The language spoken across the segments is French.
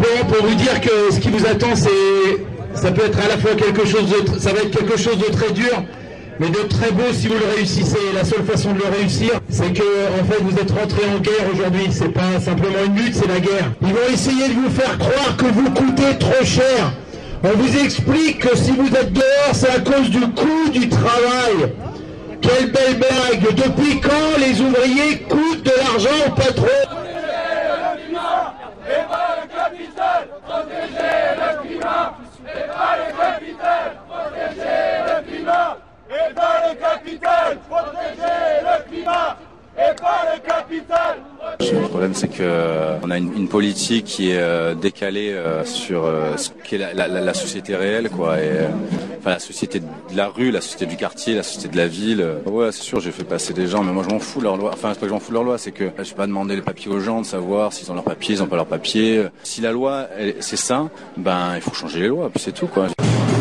simplement pour vous dire que ce qui vous attend, ça peut être à la fois ça va être quelque chose de très dur, mais de très beau si vous le réussissez. La seule façon de le réussir, c'est que, en fait, vous êtes rentré en guerre aujourd'hui. C'est pas simplement une lutte, c'est la guerre. Ils vont essayer de vous faire croire que vous coûtez trop cher. On vous explique que si vous êtes dehors, c'est à cause du coût du travail. Quelle belle blague! Depuis quand les ouvriers coûtent de l'argent au patron? Le problème, c'est qu'on a une politique qui est décalée sur ce qu'est la société réelle, quoi. Enfin, la société de la rue, la société du quartier, la société de la ville. Ouais, c'est sûr, j'ai fait passer des gens, mais moi je m'en fous de leur loi. Enfin, c'est pas que je m'en fous de leur loi, c'est que je vais pas demander les papiers aux gens, de savoir s'ils ont leurs papiers, ils ont pas leurs papiers. Si la loi, c'est ça, ben il faut changer les lois, puis c'est tout, quoi.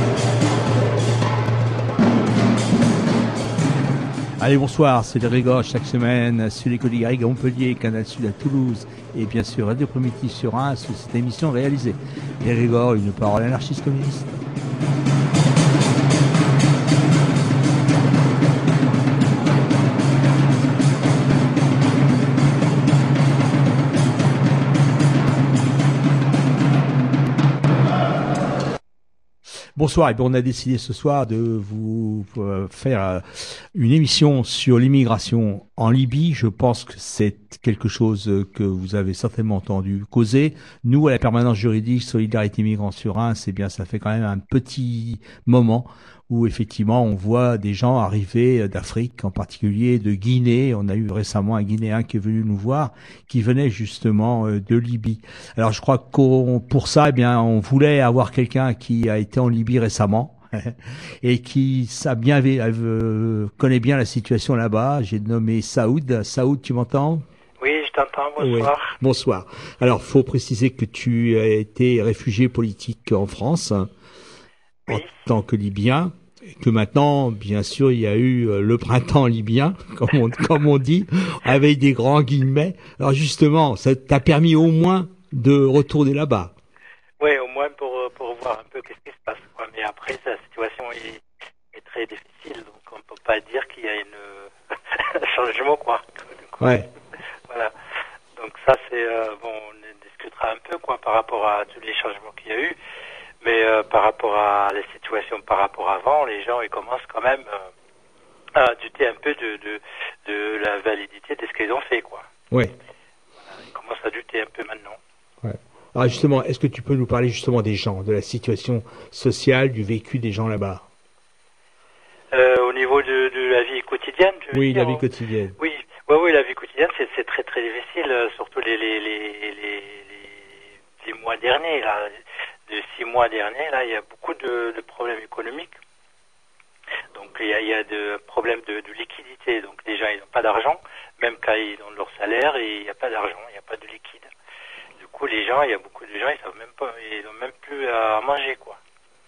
Allez, bonsoir, c'est le Grégor chaque semaine sur les Côtes Garrigues à Montpellier, Canal Sud à Toulouse et bien sûr Radio Primitive sur Reims sous cette émission réalisée. Les Grégor, une parole anarchiste communiste. Bonsoir, et bien on a décidé ce soir de vous faire une émission sur l'immigration en Libye. Je pense que c'est quelque chose que vous avez certainement entendu causer. Nous, à la permanence juridique Solidarité Migrants sur Reims, eh bien ça fait quand même un petit moment où effectivement on voit des gens arriver d'Afrique, en particulier de Guinée. On a eu récemment un Guinéen qui est venu nous voir, qui venait justement de Libye. Alors je crois pour ça, eh bien, on voulait avoir quelqu'un qui a été en Libye récemment et qui connaît bien la situation là-bas. J'ai nommé Saoud. Saoud, tu m'entends? Oui, je t'entends. Bonsoir. Oui. Bonsoir. Alors, faut préciser que tu as été réfugié politique en France. Oui. En tant que Libyen, et que maintenant, bien sûr, il y a eu le printemps libyen, comme on dit, avec des grands guillemets. Alors justement, ça t'a permis au moins de retourner là-bas. Oui, au moins pour voir un peu qu'est-ce qui se passe, quoi. Mais après, la situation est très difficile, donc on ne peut pas dire qu'il y a un changement, quoi. Ouais. Voilà. Donc ça, c'est bon, on discutera un peu, quoi, par rapport à tous les changements qu'il y a eu. Mais par rapport à la situation par rapport à avant, les gens ils commencent quand même à douter un peu de la validité de ce qu'ils ont fait, quoi. Oui. Voilà, ils commencent à douter un peu maintenant. Ouais. Alors justement, est-ce que tu peux nous parler justement des gens, de la situation sociale, du vécu des gens là-bas? Au niveau de la vie quotidienne, oui, la vie quotidienne. Oui, la vie quotidienne, c'est très très difficile, surtout les mois derniers là. De 6 mois derniers, là, il y a beaucoup de problèmes économiques. Donc, il y a des problèmes de liquidité. Donc, les gens, ils n'ont pas d'argent. Même quand ils ont leur salaire, il n'y a pas d'argent, il n'y a pas de liquide. Du coup, il y a beaucoup de gens, ils savent même pas, ils n'ont même plus à manger, quoi.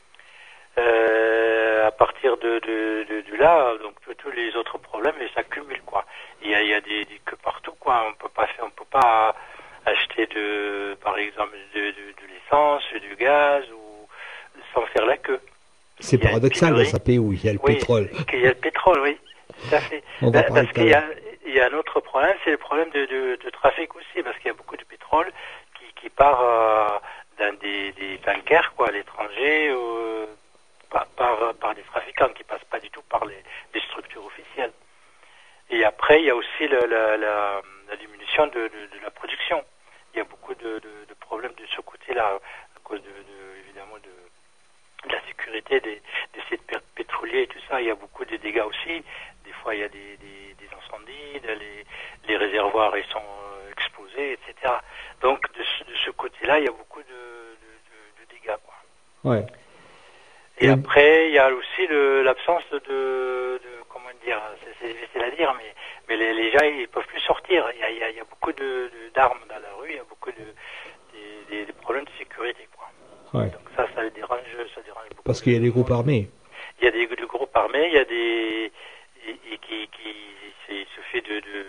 À partir de là, donc, tous les autres problèmes, ils s'accumulent, quoi. Il y a des que partout, quoi. On peut pas acheter par exemple de l'essence, du gaz ou sans faire la queue. C'est paradoxal dans un pays où il y a le pétrole. Il y a le pétrole, oui, tout à fait. Parce qu'il y a un autre problème, c'est le problème de trafic aussi, parce qu'il y a beaucoup de pétrole qui part dans des tankers, quoi, à l'étranger, par des trafiquants qui passent pas du tout par les structures officielles. Et après, il y a aussi la diminution de la production. Il y a beaucoup de problèmes de ce côté-là, à cause évidemment de la sécurité des sites pétroliers et tout ça. Il y a beaucoup de dégâts aussi. Des fois, il y a des incendies, les réservoirs ils sont exposés, etc. Donc, de ce côté-là, il y a beaucoup de dégâts, quoi. Ouais. Et après, il y a aussi l'absence de comment dire, c'est difficile à dire, mais les gens ils peuvent plus sortir. Il y a beaucoup d'armes dans la rue, il y a beaucoup des problèmes de sécurité, quoi. Ouais. Donc ça dérange beaucoup. Parce qu'il y a des groupes armés. Il y a des groupes armés, il y a qui se fait de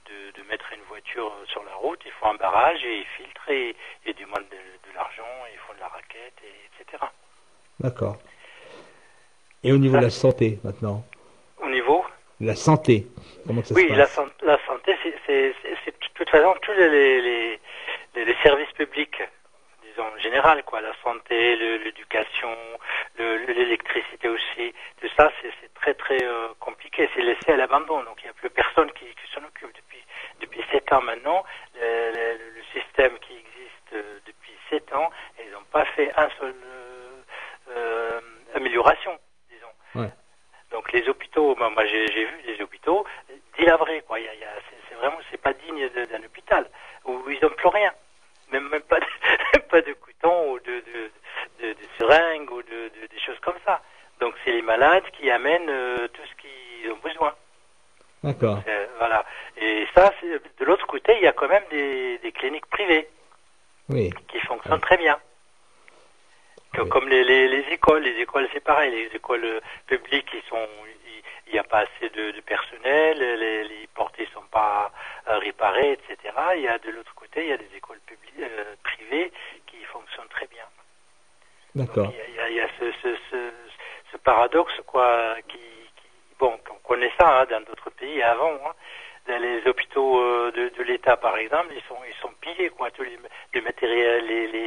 de mettre une voiture sur la route, ils font un barrage et ils filtrent et demandent de l'argent, et ils font de la raquette, etc. D'accord. Et au niveau de la santé, maintenant? Au niveau la santé, comment ça se passe? Oui, la santé, c'est de toute façon tous les services publics, disons en général, quoi, la santé, l'éducation, l'électricité aussi, tout ça, c'est très très compliqué, c'est laissé à l'abandon, donc il n'y a plus personne qui s'en occupe depuis 7 ans maintenant. Le système qui existe depuis 7 ans, ils n'ont pas fait un seul amélioration, disons. Ouais. Donc les hôpitaux, moi j'ai vu des hôpitaux délabrés, quoi. C'est vraiment, c'est pas digne d'un hôpital où ils n'ont plus rien, même pas pas de coutons ou de seringues ou des choses comme ça. Donc c'est les malades qui amènent tout ce qu'ils ont besoin. D'accord. Voilà. Et ça, de l'autre côté, il y a quand même des cliniques privées, oui, qui fonctionnent très bien. Comme les écoles c'est pareil, les écoles publiques il n'y a pas assez de personnel, les portes ne sont pas réparées, etc. Il y a de l'autre côté, il y a des écoles privées qui fonctionnent très bien. D'accord. Il y a ce paradoxe, quoi, qu'on connaît ça, hein, dans d'autres pays avant, hein. Dans les hôpitaux de l'État, par exemple, ils sont pillés, quoi, tous les matériels,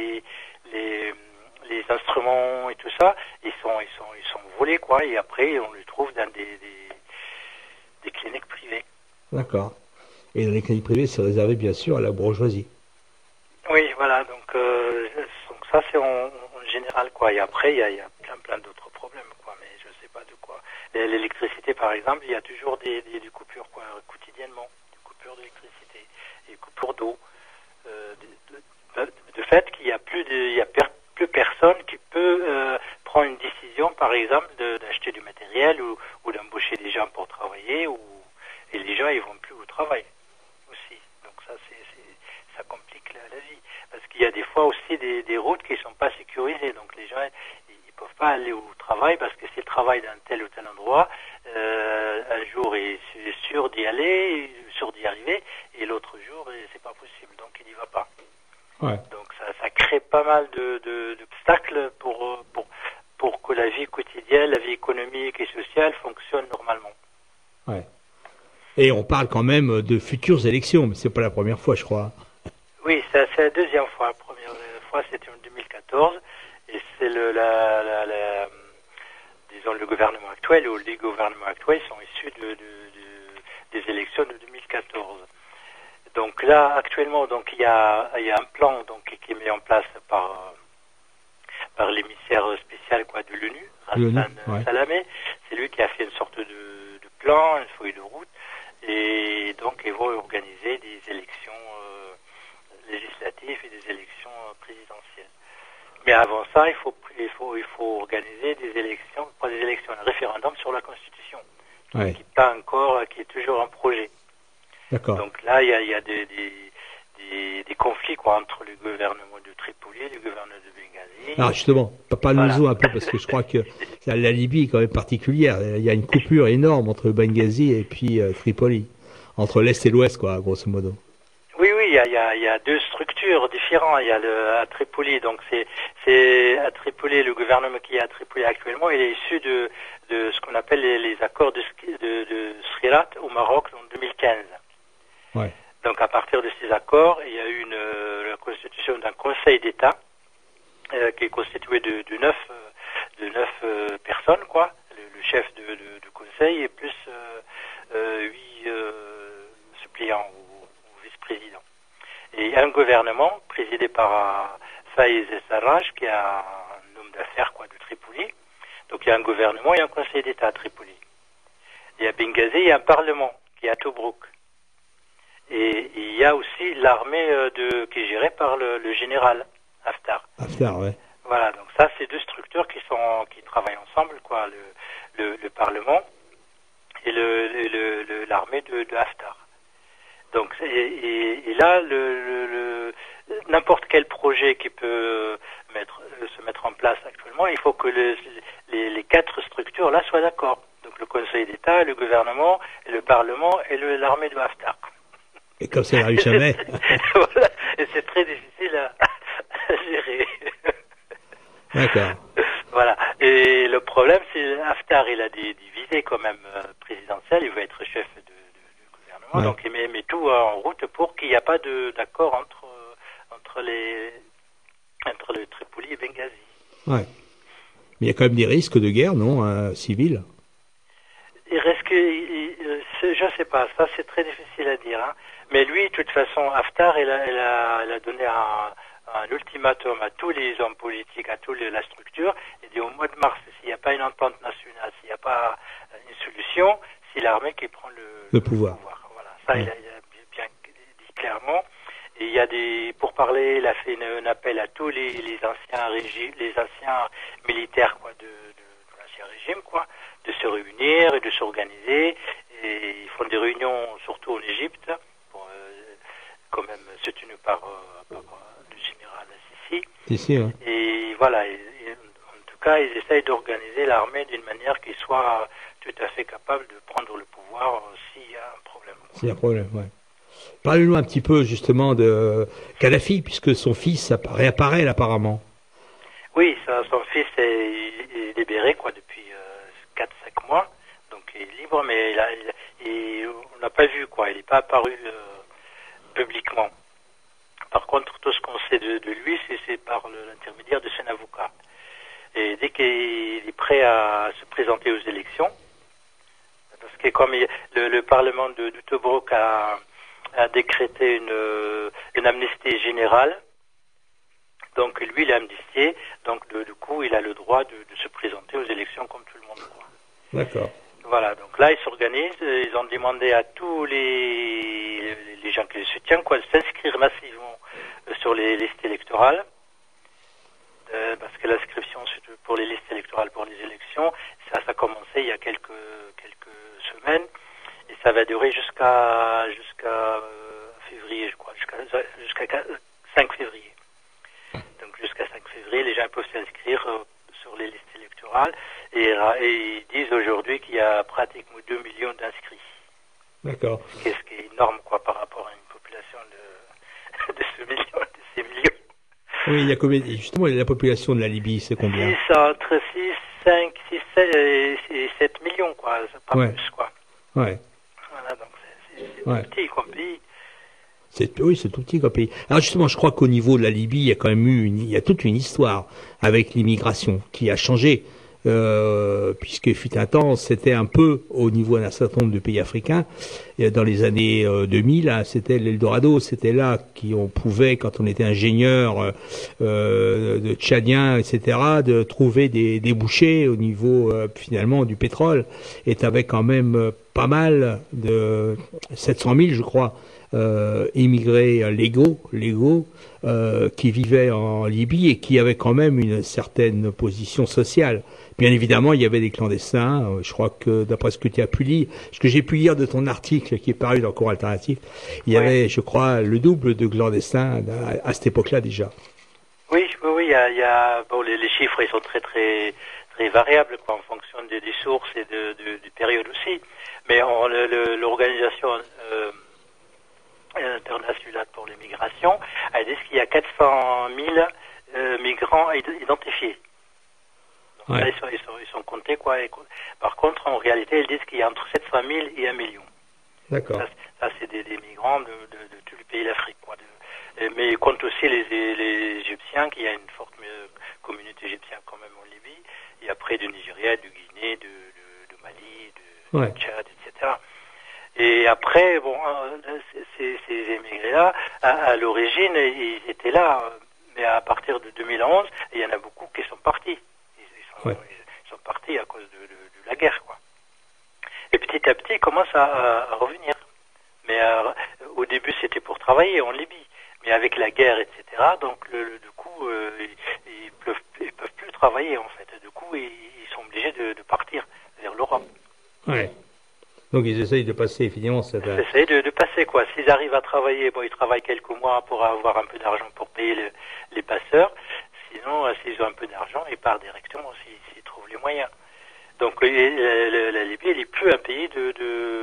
les instruments et tout ça, ils sont volés, quoi, et après on les trouve dans des cliniques privées. D'accord. Et dans les cliniques privées, c'est réservé bien sûr à la bourgeoisie. Oui, voilà, donc ça c'est en général, quoi, et après il y a plein d'autres problèmes, quoi, mais je sais pas de quoi. L'électricité, par exemple, il y a toujours des coupures, quoi, quotidiennement, des coupures d'électricité, des coupures d'eau, de fait qu'il y a plus personne qui peut prendre une décision, par exemple, d'acheter du matériel ou d'embaucher des gens pour travailler, et les gens ils vont plus au travail aussi. Donc ça ça complique la vie, parce qu'il y a des fois aussi des routes qui sont pas sécurisées, donc les gens ils peuvent pas aller au travail parce que s'ils travaillent dans tel ou tel endroit, un jour il est sûr d'y aller, sûr d'y arriver, et l'autre jour c'est pas possible, donc il n'y va pas. Ouais. Donc ça crée pas mal d'obstacles pour que la vie quotidienne, la vie économique et sociale fonctionne normalement. Ouais. Et on parle quand même de futures élections, mais c'est pas la première fois, je crois. Oui, c'est la deuxième fois. La première fois c'était en 2014, et c'est disons le gouvernement actuel, ou les gouvernements actuels sont issus des élections de 2014. Donc là, actuellement, donc il y a un plan donc qui est mis en place par l'émissaire spécial, quoi, de l'ONU, Hassan Salamé. C'est lui qui a fait une sorte de plan, une feuille de route, et donc ils vont organiser des élections législatives et des élections présidentielles. Mais avant ça, il faut organiser des élections, un référendum sur la Constitution, qui est toujours un projet. D'accord. Donc là, il y a des conflits, quoi, entre le gouvernement de Tripoli et le gouvernement de Benghazi. Alors justement, parle-nous un peu, parce que je crois que la Libye est quand même particulière. Il y a une coupure énorme entre Benghazi et puis Tripoli, entre l'Est et l'Ouest, quoi, grosso modo. Oui, il y a deux structures différentes. Il y a à Tripoli, donc c'est à Tripoli, le gouvernement qui est à Tripoli actuellement, il est issu de ce qu'on appelle les accords de Srirat au Maroc en 2015. Ouais. Donc à partir de ces accords, il y a eu la constitution d'un conseil d'État qui est constitué de 9 personnes, quoi, le chef de conseil et plus 8 suppléants ou vice-présidents. Et un gouvernement présidé par Faiz Sarraj, qui est un homme d'affaires, quoi, de Tripoli. Donc il y a un gouvernement et un conseil d'État à Tripoli. Et à Benghazi, il y a un parlement qui est à Tobrouk. Et il y a aussi l'armée qui est gérée par le général Haftar. Haftar, ouais. Voilà, donc ça, c'est deux structures qui travaillent ensemble, quoi, le Parlement et l'armée de Haftar. Donc, et là, n'importe quel projet qui peut se mettre en place actuellement, il faut que les 4 structures là soient d'accord. Donc le Conseil d'État, le gouvernement, le Parlement et l'armée de Haftar. Et comme ça n'arrive jamais. Voilà, et c'est très difficile à gérer. D'accord. Voilà. Et le problème, c'est Haftar, il a des visées quand même présidentielles. Il veut être chef du gouvernement, Ouais. donc il met tout en route pour qu'il n'y ait pas d'accord entre le Tripoli et Benghazi. Ouais. Mais il y a quand même des risques de guerre, non, civile. Il reste que, je sais pas, ça c'est très difficile à dire. Hein. Mais lui, de toute façon, Haftar, il a donné un ultimatum à tous les hommes politiques, à toute la structure. Il dit au mois de mars, s'il n'y a pas une entente nationale, s'il n'y a pas une solution, c'est l'armée qui prend le pouvoir. Voilà, ça il a bien dit clairement. Et il y a pour parler, il a fait un appel à tous les anciens régimes, les anciens militaires quoi de l'ancien régime quoi, de se réunir et de s'organiser. Et ils font des réunions surtout en Égypte, quand même soutenues par le général Sissi. Ici, ouais. Et voilà, en tout cas, ils essayent d'organiser l'armée d'une manière qui soit tout à fait capable de prendre le pouvoir s'il y a un problème. S'il y a un problème, ouais. Parlez-nous un petit peu justement de Kadhafi, puisque son fils réapparaît là, apparemment. Oui, son fils est libéré quoi depuis 4-5 mois, donc il est libre, mais on n'a pas vu quoi, il n'est pas apparu publiquement. Par contre, tout ce qu'on sait de lui, c'est par l'intermédiaire de son avocat. Et dès qu'il est prêt à se présenter aux élections, parce que comme le Parlement de Tobruk a décrété une amnistie générale, donc lui il est amnistié, donc du coup il a le droit de se présenter aux élections comme tout le monde. Quoi. D'accord. Voilà, donc là ils s'organisent, ils ont demandé à tous les gens qui les soutiennent quoi, de s'inscrire massivement sur les listes électorales, parce que l'inscription pour les listes électorales pour les élections, ça a commencé il y a quelques semaines. Et ça va durer jusqu'à février, je crois, jusqu'à 5 février. Donc jusqu'à 5 février, les gens peuvent s'inscrire sur les listes électorales et ils disent aujourd'hui qu'il y a pratiquement 2 millions d'inscrits. D'accord. Ce qui est énorme quoi par rapport à une population de ces millions. Oui, il y a combien, justement, la population de la Libye, c'est combien? Entre 7 et 7 millions, quoi, pas plus, quoi. Ouais. Voilà, donc c'est tout petit comme pays. Oui, c'est tout petit comme pays. Alors justement, je crois qu'au niveau de la Libye, il y a quand même il y a toute une histoire avec l'immigration qui a changé. Puisque fut un temps, c'était un peu au niveau d'un certain nombre de pays africains. Et dans les années 2000, hein, c'était l'Eldorado, c'était là qu'on pouvait, quand on était ingénieur de Tchadien, etc., de trouver des débouchés au niveau finalement du pétrole. Et t'avais quand même pas mal de 700 000, je crois, immigrés légaux, qui vivaient en Libye et qui avaient quand même une certaine position sociale. Bien évidemment, il y avait des clandestins. Je crois que, d'après ce que tu as pu lire, ce que j'ai pu lire de ton article qui est paru dans Cours Alternatif, il y avait, je crois, le double de clandestins à cette époque-là déjà. Oui, il y a bon, les chiffres, ils sont très, très, très variables, quoi, en fonction des sources et des périodes aussi. Mais l'organisation internationale pour l'immigration, elle dit qu'il y a 400 000 migrants identifiés. Donc là, ils sont comptés, quoi. Par contre, en réalité, ils disent qu'il y a entre 700 000 et 1 million. D'accord. Ça c'est des migrants de tous les pays d'Afrique, quoi. Mais ils comptent aussi les Égyptiens, qu'il y a une forte communauté égyptienne quand même en Libye, et après du Nigeria, du Guinée, de Mali, du Tchad, etc. Et après, bon, ces émigrés-là, à l'origine, ils étaient là, mais à partir de 2011, il y en a beaucoup qui sont partis. Ils sont partis à cause de la guerre, quoi. Et petit à petit, ils commencent à revenir. Mais au début, c'était pour travailler en Libye. Mais avec la guerre, etc., donc du coup, ils peuvent plus travailler, en fait. Du coup, ils sont obligés de partir vers l'Europe. Ouais. Donc ils essayent de passer, finalement, Ils essayent de passer, quoi. S'ils arrivent à travailler, bon, ils travaillent quelques mois pour avoir un peu d'argent pour payer les passeurs. Sinon, s'ils ont un peu d'argent, ils partent directement s'ils trouvent les moyens. Donc la Libye, elle n'est plus un pays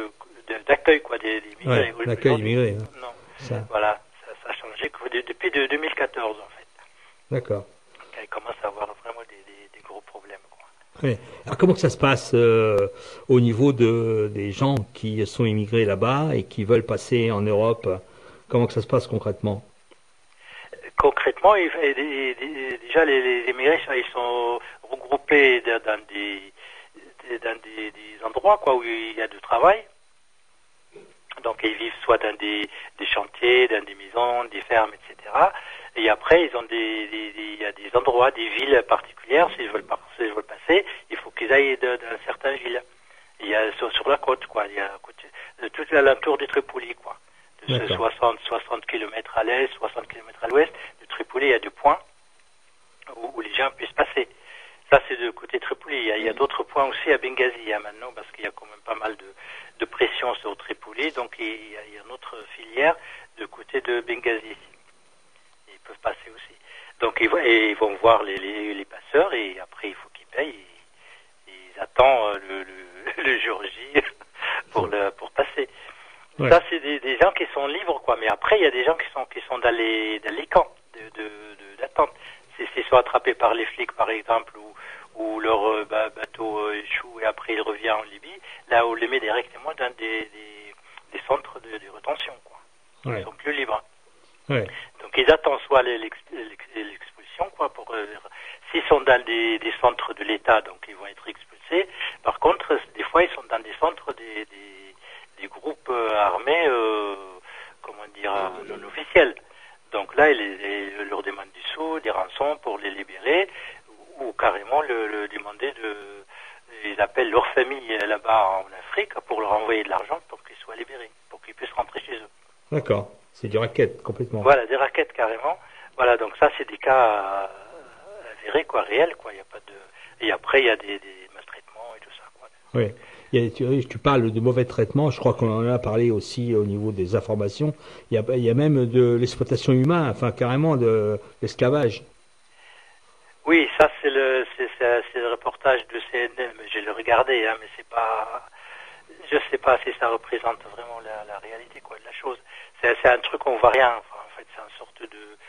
d'accueil, quoi, des immigrés. Ouais, l'accueil immigré. Hein. Non, ça. Voilà, ça a changé depuis 2014, en fait. D'accord. Donc, il commence à avoir vraiment des gros problèmes, quoi. Oui. Alors, comment que ça se passe au niveau des gens qui sont immigrés là-bas et qui veulent passer en Europe? Comment que ça se passe concrètement? Concrètement, déjà les immigrés, ils sont regroupés dans des endroits, quoi, où il y a du travail. Donc ils vivent soit dans des chantiers, dans des maisons, des fermes, etc. Et après, ils ont il y a des endroits, des villes particulières. S'ils veulent passer, il faut qu'ils aillent dans certaines villes. Il y a sur la côte, quoi. Il y a tout l'alentour de Tripoli, quoi. De 60 km à l'est, 60 km à l'ouest de Tripoli, il y a des points où les gens puissent passer. Ça, c'est de côté Tripoli. Il y a d'autres points aussi à Benghazi, hein, maintenant, parce qu'il y a quand même pas mal de pression sur Tripoli. Donc, il y a une autre filière de côté de Benghazi. Ils peuvent passer aussi. Donc, ils vont voir les passeurs et après, il faut qu'ils payent. Ils attendent le jour J pour passer. Ouais. Ça, c'est des gens qui sont libres, quoi. Mais après, il y a des gens qui sont dans les camps d'attente. S'ils sont attrapés par les flics, par exemple, ou leur bateau échoue et après il revient en Libye, là, on les met directement dans des centres de rétention, quoi. Ouais. Ils sont plus libres. Ouais. Donc, ils attendent soit l'expulsion, quoi, s'ils sont dans des centres de l'État, donc ils vont être expulsés. Par contre, des fois, ils sont dans des centres des groupes armés, non officiels. Donc là, ils leur demandent des sous, des rançons pour les libérer, ou carrément le demander ils appellent leur famille là-bas en Afrique pour leur envoyer de l'argent pour qu'ils soient libérés, pour qu'ils puissent rentrer chez eux. D'accord, c'est du racket complètement. Voilà, des rackets carrément. Voilà, donc ça c'est des cas avérés, quoi, réels, quoi. Il y a pas de. Et après il y a des maltraitements et tout ça, quoi. Oui. Tu parles de mauvais traitements, je crois qu'on en a parlé aussi au niveau des informations. Il y a même de l'exploitation humaine, enfin carrément de l'esclavage. Oui, ça c'est le reportage de CNN, mais je l'ai regardé, hein, mais c'est pas, je sais pas si ça représente vraiment la réalité, quoi, de la chose. C'est un truc qu'on voit rien. Enfin, en fait, c'est une sorte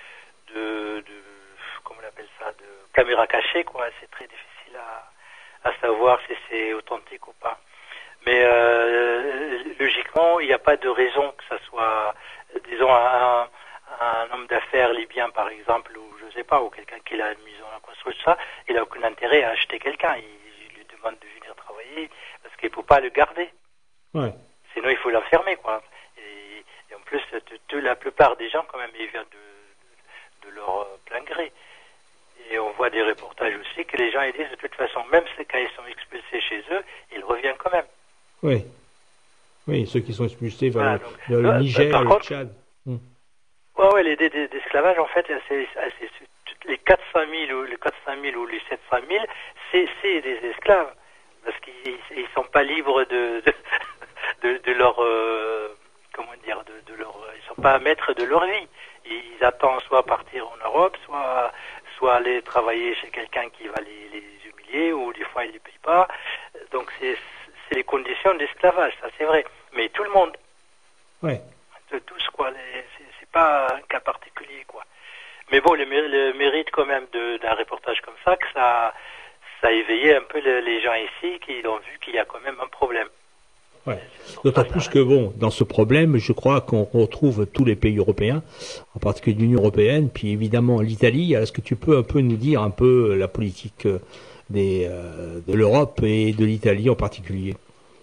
de comment on appelle ça, de caméra cachée, quoi. C'est très difficile à savoir si c'est authentique ou pas. Mais logiquement, il n'y a pas de raison que ça soit, disons, un homme d'affaires libyen, par exemple, ou je sais pas, ou quelqu'un qui a une maison à construire, ça, il n'a aucun intérêt à acheter quelqu'un. Il lui demande de venir travailler parce qu'il ne peut pas le garder. Ouais. Sinon, il faut l'enfermer, quoi. Et en plus, la plupart des gens, quand même, ils viennent de leur plein gré. Et on voit des reportages aussi que les gens ils disent de toute façon, même quand ils sont expulsés chez eux, ils reviennent quand même. Oui. Oui, ceux qui sont expulsés vers le Niger, le Tchad. Ouais, l'idée d'esclavage, en fait, c'est les 400 000 ou les 700 000, c'est des esclaves. Parce qu'ils sont pas libres de leur, comment dire, ils sont pas maîtres de leur vie. Ils attendent soit partir en Europe, soit aller travailler chez quelqu'un qui va les humilier, ou des fois ils les payent pas. Donc c'est les conditions d'esclavage, ça c'est vrai. Mais tout le monde. Ouais. Tous, quoi. C'est pas un cas particulier, quoi. Mais bon, le mérite quand même d'un reportage comme ça, que ça a éveillé un peu les gens ici qui ont vu qu'il y a quand même un problème. Ouais. D'autant plus que, bon, dans ce problème, je crois qu'on retrouve tous les pays européens, en particulier l'Union européenne, puis évidemment l'Italie. Est-ce que tu peux un peu nous dire un peu la politique de l'Europe et de l'Italie en particulier?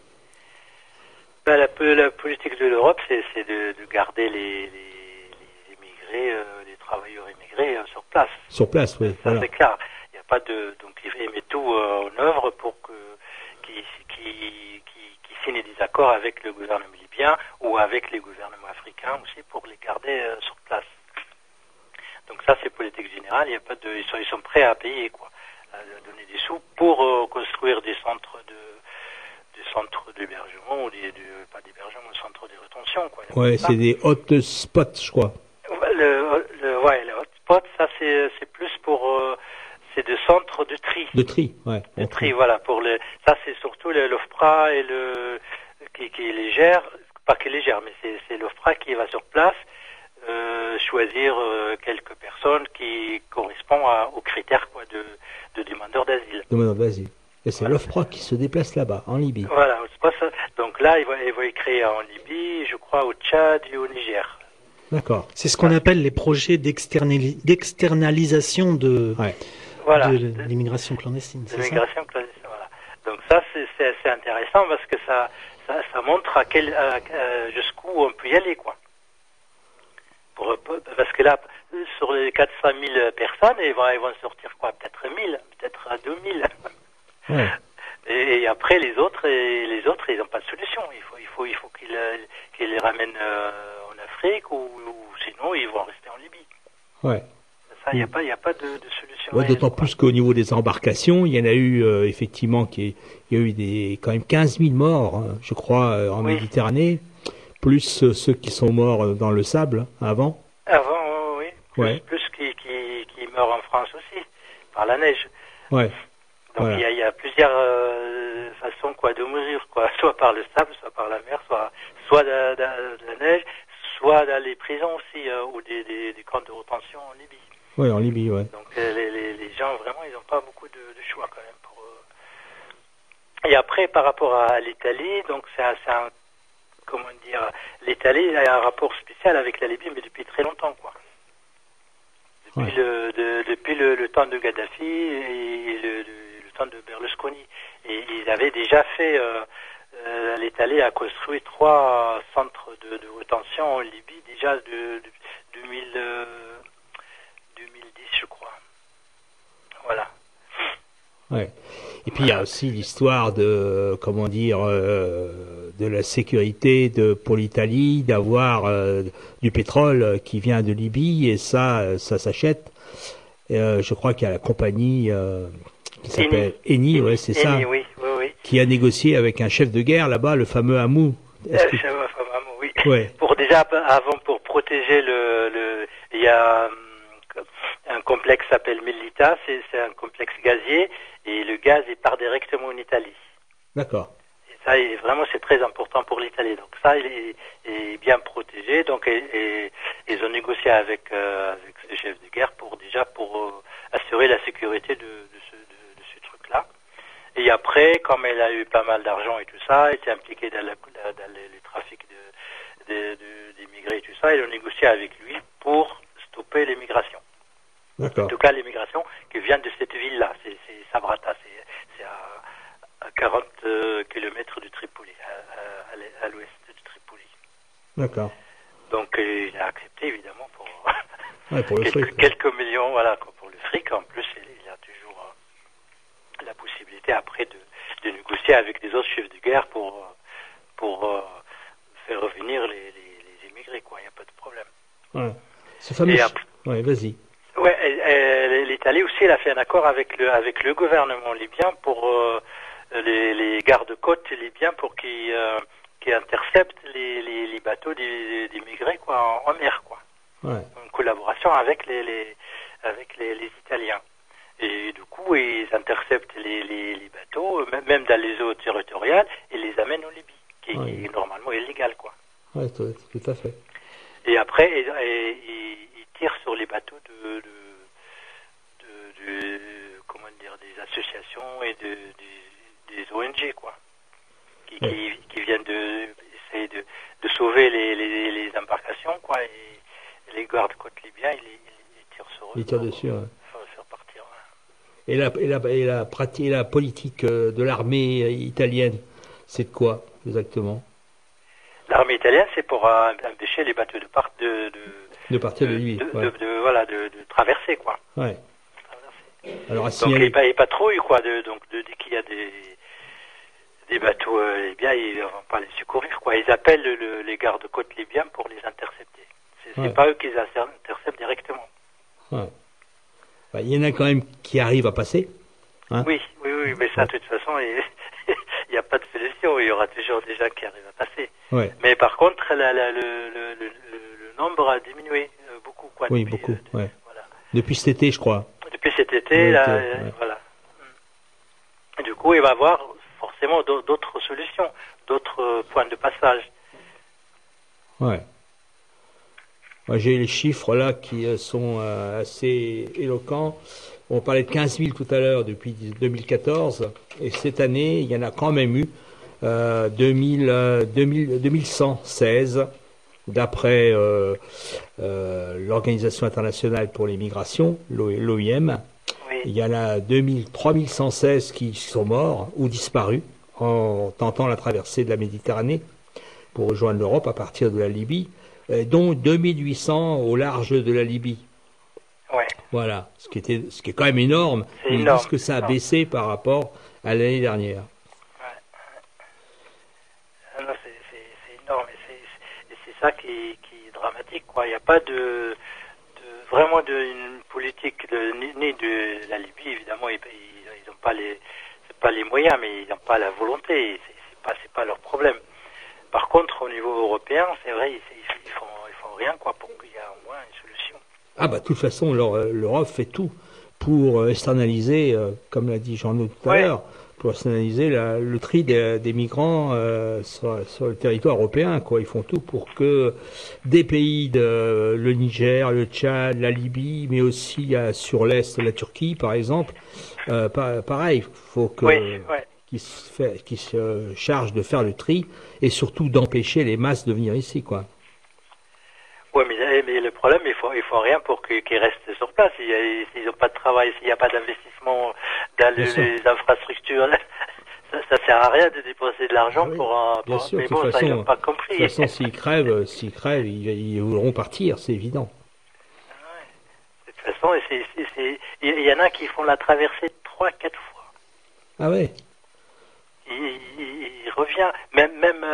La politique de l'Europe, c'est de garder les immigrés, les travailleurs immigrés sur place. Sur place, oui. Ça, c'est clair. Il n'y a pas donc ils mettent tout en œuvre pour qu'ils signent des accords avec le gouvernement libyen ou avec les gouvernements africains aussi pour les garder sur place. Donc ça, c'est politique générale. Il y a pas ils sont prêts à payer, quoi, à donner des sous pour construire des centres d'hébergement ou pas d'hébergement, centres de rétention, quoi. Ouais, c'est des hot spots, je crois. Le hot spot, ça c'est plus pour c'est des centres de tri. De tri, ouais. De tri, voilà. Ça c'est surtout l'OFPRA et qui les gère, pas qui les gère, mais c'est l'OFPRA qui va sur place choisir quelques personnes qui correspondent aux critères quoi, de demandeurs d'asile. Demandeurs d'asile. Et c'est l'OFPRA qui se déplace là-bas, en Libye. Voilà, donc là, il va y créer en Libye, je crois au Tchad et au Niger. D'accord. C'est ce qu'on appelle les projets d'externalisation de l'immigration clandestine. L'immigration clandestine, voilà. Donc ça, c'est intéressant parce que ça montre jusqu'où on peut y aller, quoi. Parce que là, sur les 400 000 personnes, ils vont sortir quoi, peut-être 1000, peut-être 2000. Ouais. Et après les autres, ils n'ont pas de solution. Il faut qu'ils les ramènent en Afrique ou sinon ils vont rester en Libye. Ouais. Ça, il n'y a pas de solution. Ouais, d'autant plus qu'au niveau des embarcations, il y en a eu effectivement il y a eu quand même 15 000 morts, hein, je crois, en Méditerranée, plus ceux qui sont morts dans le sable avant. Avant, oui. Plus qui meurent en France aussi par la neige. Ouais. Donc il y a plusieurs façons de mourir, quoi. Soit par le sable, soit par la mer, soit de la neige, soit dans les prisons aussi ou des camps de rétention en Libye. Oui, en Libye, ouais. Donc les gens vraiment ils n'ont pas beaucoup de choix quand même pour. Et après par rapport à l'Italie, donc c'est un comment dire, l'Italie a un rapport spécial avec la Libye mais depuis très longtemps, quoi. Depuis le temps de Kadhafi et le temps de Berlusconi. Et ils avaient déjà fait, l'Italie a construit 3 centres de rétention en Libye déjà de 2010, je crois. Voilà. Ouais. Et puis il y a aussi l'histoire de, comment dire, de la sécurité pour l'Italie, d'avoir du pétrole qui vient de Libye, et ça s'achète. Je crois qu'il y a la compagnie qui s'appelle Eni, ouais, c'est ça, oui. qui a négocié avec un chef de guerre là-bas, le fameux Hamou. Le fameux Hamou, oui. Ouais. Pour protéger il y a un complexe qui s'appelle Mellitah, c'est un complexe gazier, et le gaz il part directement en Italie. D'accord. Et ça, vraiment, c'est très important pour l'Italie. Donc ça, il est bien protégé. Donc et ils ont négocié avec ce chef de guerre pour assurer la sécurité de ce truc-là. Et après, comme elle a eu pas mal d'argent et tout ça, elle s'est impliquée dans les trafics d'immigrés et tout ça, ils ont négocié avec lui pour stopper l'immigration. D'accord. En tout cas, l'immigration qui vient de cette ville-là, c'est Sabrata, c'est à 40 km de Tripoli, à l'ouest de Tripoli. D'accord. Donc il a accepté évidemment pour le fric, quelques millions, voilà, pour le fric. En plus, il a toujours la possibilité après de négocier avec des autres chefs de guerre pour faire revenir les immigrés, quoi. Il n'y a pas de problème. Ouais. Ce fameux. Ouais, vas-y. Ouais, l'Italie aussi, elle a fait un accord avec le gouvernement libyen pour les gardes-côtes libyens pour qu'ils interceptent les bateaux d'immigrés, quoi, en mer, quoi. Ouais. En collaboration avec les Italiens. Et du coup, ils interceptent les bateaux, même dans les eaux territoriales, et les amènent en Libye, qui est normalement illégal, quoi. Ouais, tout à fait. Et après, ils tirent sur les bateaux de comment dire, des associations et des ONG, quoi, qui viennent essayer de sauver les embarcations, quoi, et les gardes-côtes libyens, ils tirent sur eux. Ils tirent dessus, ouais. Faire partir. Ouais. Et la politique de l'armée italienne, c'est de quoi exactement? L'armée italienne, c'est pour empêcher les bateaux de partir de Libye, de traverser, quoi. Ouais. Alors, donc ils patrouillent, quoi. Donc dès qu'il y a des bateaux libyens, ils ne vont pas les secourir, quoi. Ils appellent les gardes-côtes libyens pour les intercepter. C'est pas eux qui les interceptent directement. Ouais. Bah, il y en a quand même qui arrivent à passer. Hein, oui, mais ça, de toute façon, il n'y a pas de solution. Il y aura toujours des gens qui arrivent à passer. Ouais. Mais par contre, le nombre a diminué beaucoup, quoi. Oui, beaucoup. Ouais. Voilà. Depuis cet été, je crois. Depuis cet été, voilà. Du coup, il va y avoir forcément d'autres solutions, d'autres points de passage. Ouais. Moi, j'ai les chiffres là qui sont assez éloquents. On parlait de 15 000 tout à l'heure depuis 2014, et cette année, il y en a quand même eu 2116, d'après l'Organisation internationale pour les migrations, l'OIM. Oui. Il y en a 3116 qui sont morts ou disparus en tentant la traversée de la Méditerranée pour rejoindre l'Europe à partir de la Libye, dont 2800 au large de la Libye. Ouais. Voilà, ce qui est quand même énorme. C'est mais énorme. Ils disent que ça a baissé par rapport à l'année dernière. Ouais. Non, c'est énorme, et c'est ça qui est dramatique, quoi. Il n'y a pas vraiment une politique ni de la Libye, évidemment, ils n'ont pas les moyens, mais ils n'ont pas la volonté. C'est pas leur problème. Par contre, au niveau européen, c'est vrai, ils font rien, quoi, pour qu'il y ait au moins une solution. Ah bah de toute façon, l'Europe fait tout pour externaliser, comme l'a dit Jean-Claude tout à l'heure, pour externaliser le tri des migrants sur le territoire européen, quoi. Ils font tout pour que des pays le Niger, le Tchad, la Libye, mais aussi sur l'est, la Turquie, par exemple, pareil, faut que qu'ils se chargent de faire le tri et surtout d'empêcher les masses de venir ici, quoi. Oui, mais le problème, ils font rien pour qu'ils restent sur place. S'ils n'ont pas de travail, s'il n'y a pas d'investissement dans les infrastructures, ça sert à rien de dépenser de l'argent pour bien sûr, mais de bon, toute ça, façon, ils n'ont pas compris. De toute façon, s'ils crèvent, ils voudront partir, c'est évident. De toute façon, il y en a qui font la traversée 3-4 fois. Ah ouais. Il revient, même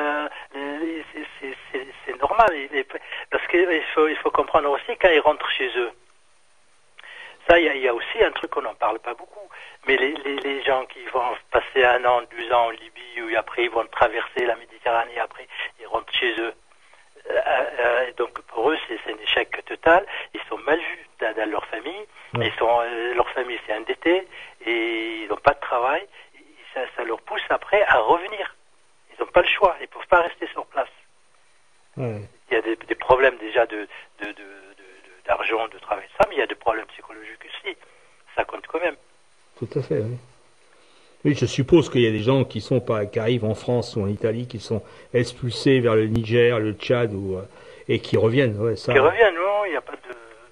c'est normal, parce qu'il faut comprendre aussi quand ils rentrent chez eux. Ça, il y a aussi un truc qu'on n'en parle pas beaucoup. Mais les gens qui vont passer 1 an, 2 ans en Libye, ou après ils vont traverser la Méditerranée, après ils rentrent chez eux. Donc pour eux, c'est un échec total. Ils sont mal vus dans leur famille. Ouais. Leur famille s'est endettée et ils n'ont pas de travail. Ça leur pousse après à revenir. Ils n'ont pas le choix. Ils ne peuvent pas rester sur place. Ouais. Il y a des problèmes déjà d'argent, de travail, ça, mais il y a des problèmes psychologiques aussi. Ça compte quand même. Tout à fait, oui. Oui, je suppose qu'il y a des gens qui arrivent en France ou en Italie, qui sont expulsés vers le Niger, le Tchad, et qui reviennent. Ouais, ça. Qui reviennent, non, il n'y a pas de...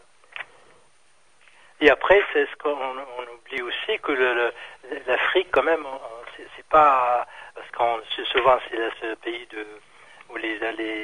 Et après, c'est ce qu'on oublie aussi, que l'Afrique, quand même, c'est pas... Parce que souvent, c'est ce pays où les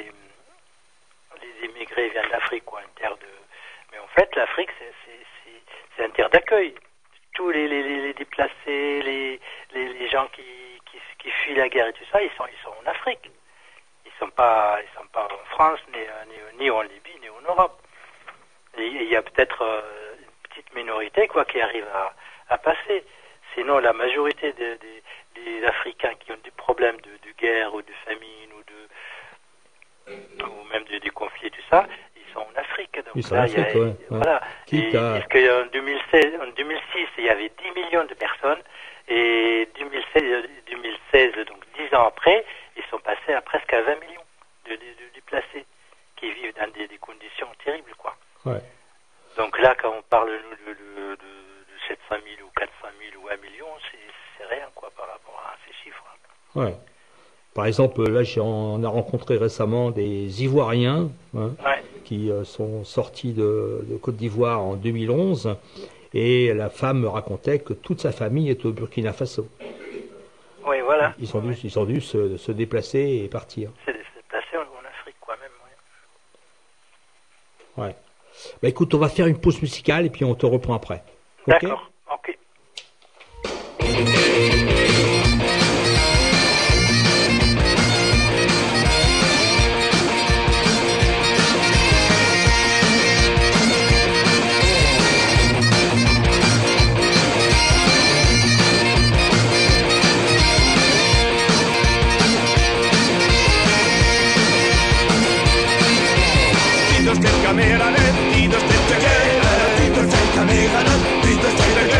immigrés viennent d'Afrique, quoi, une terre de... Mais en fait, l'Afrique, c'est une terre d'accueil. Tous les déplacés, les gens qui fuient la guerre et tout ça, ils sont en Afrique. Ils sont pas en France, ni en Libye, ni en Europe. Et il y a peut-être une petite minorité, quoi, qui arrive à passer. Sinon, la majorité des Africains qui ont des problèmes de guerre ou de famine ou même des conflits et tout ça, ils sont en Afrique. Donc ils sont en Afrique, ouais. Voilà. Parce qu'en 2006, il y avait 10 millions de personnes, et 2016, donc 10 ans après, ils sont passés à presque à 20 millions de déplacés qui vivent dans des conditions terribles, quoi. Ouais. Donc là, quand on parle de 700 000 ou 400 000 ou 1 million, c'est rien, quoi, par rapport à ces chiffres. Ouais. Par exemple, là, on a rencontré récemment des Ivoiriens qui sont sortis de Côte d'Ivoire en 2011, et la femme me racontait que toute sa famille est au Burkina Faso. Oui, voilà. Ils ont dû se déplacer et partir. Se déplacer en Afrique, quoi, même. Ouais. Bah écoute, on va faire une pause musicale et puis on te reprend après. Okay? D'accord, ok. Kiitos ketkä meidän, kiitos ketkä meidän, kiitos ketkä meidän, kiitos ketkä meidän.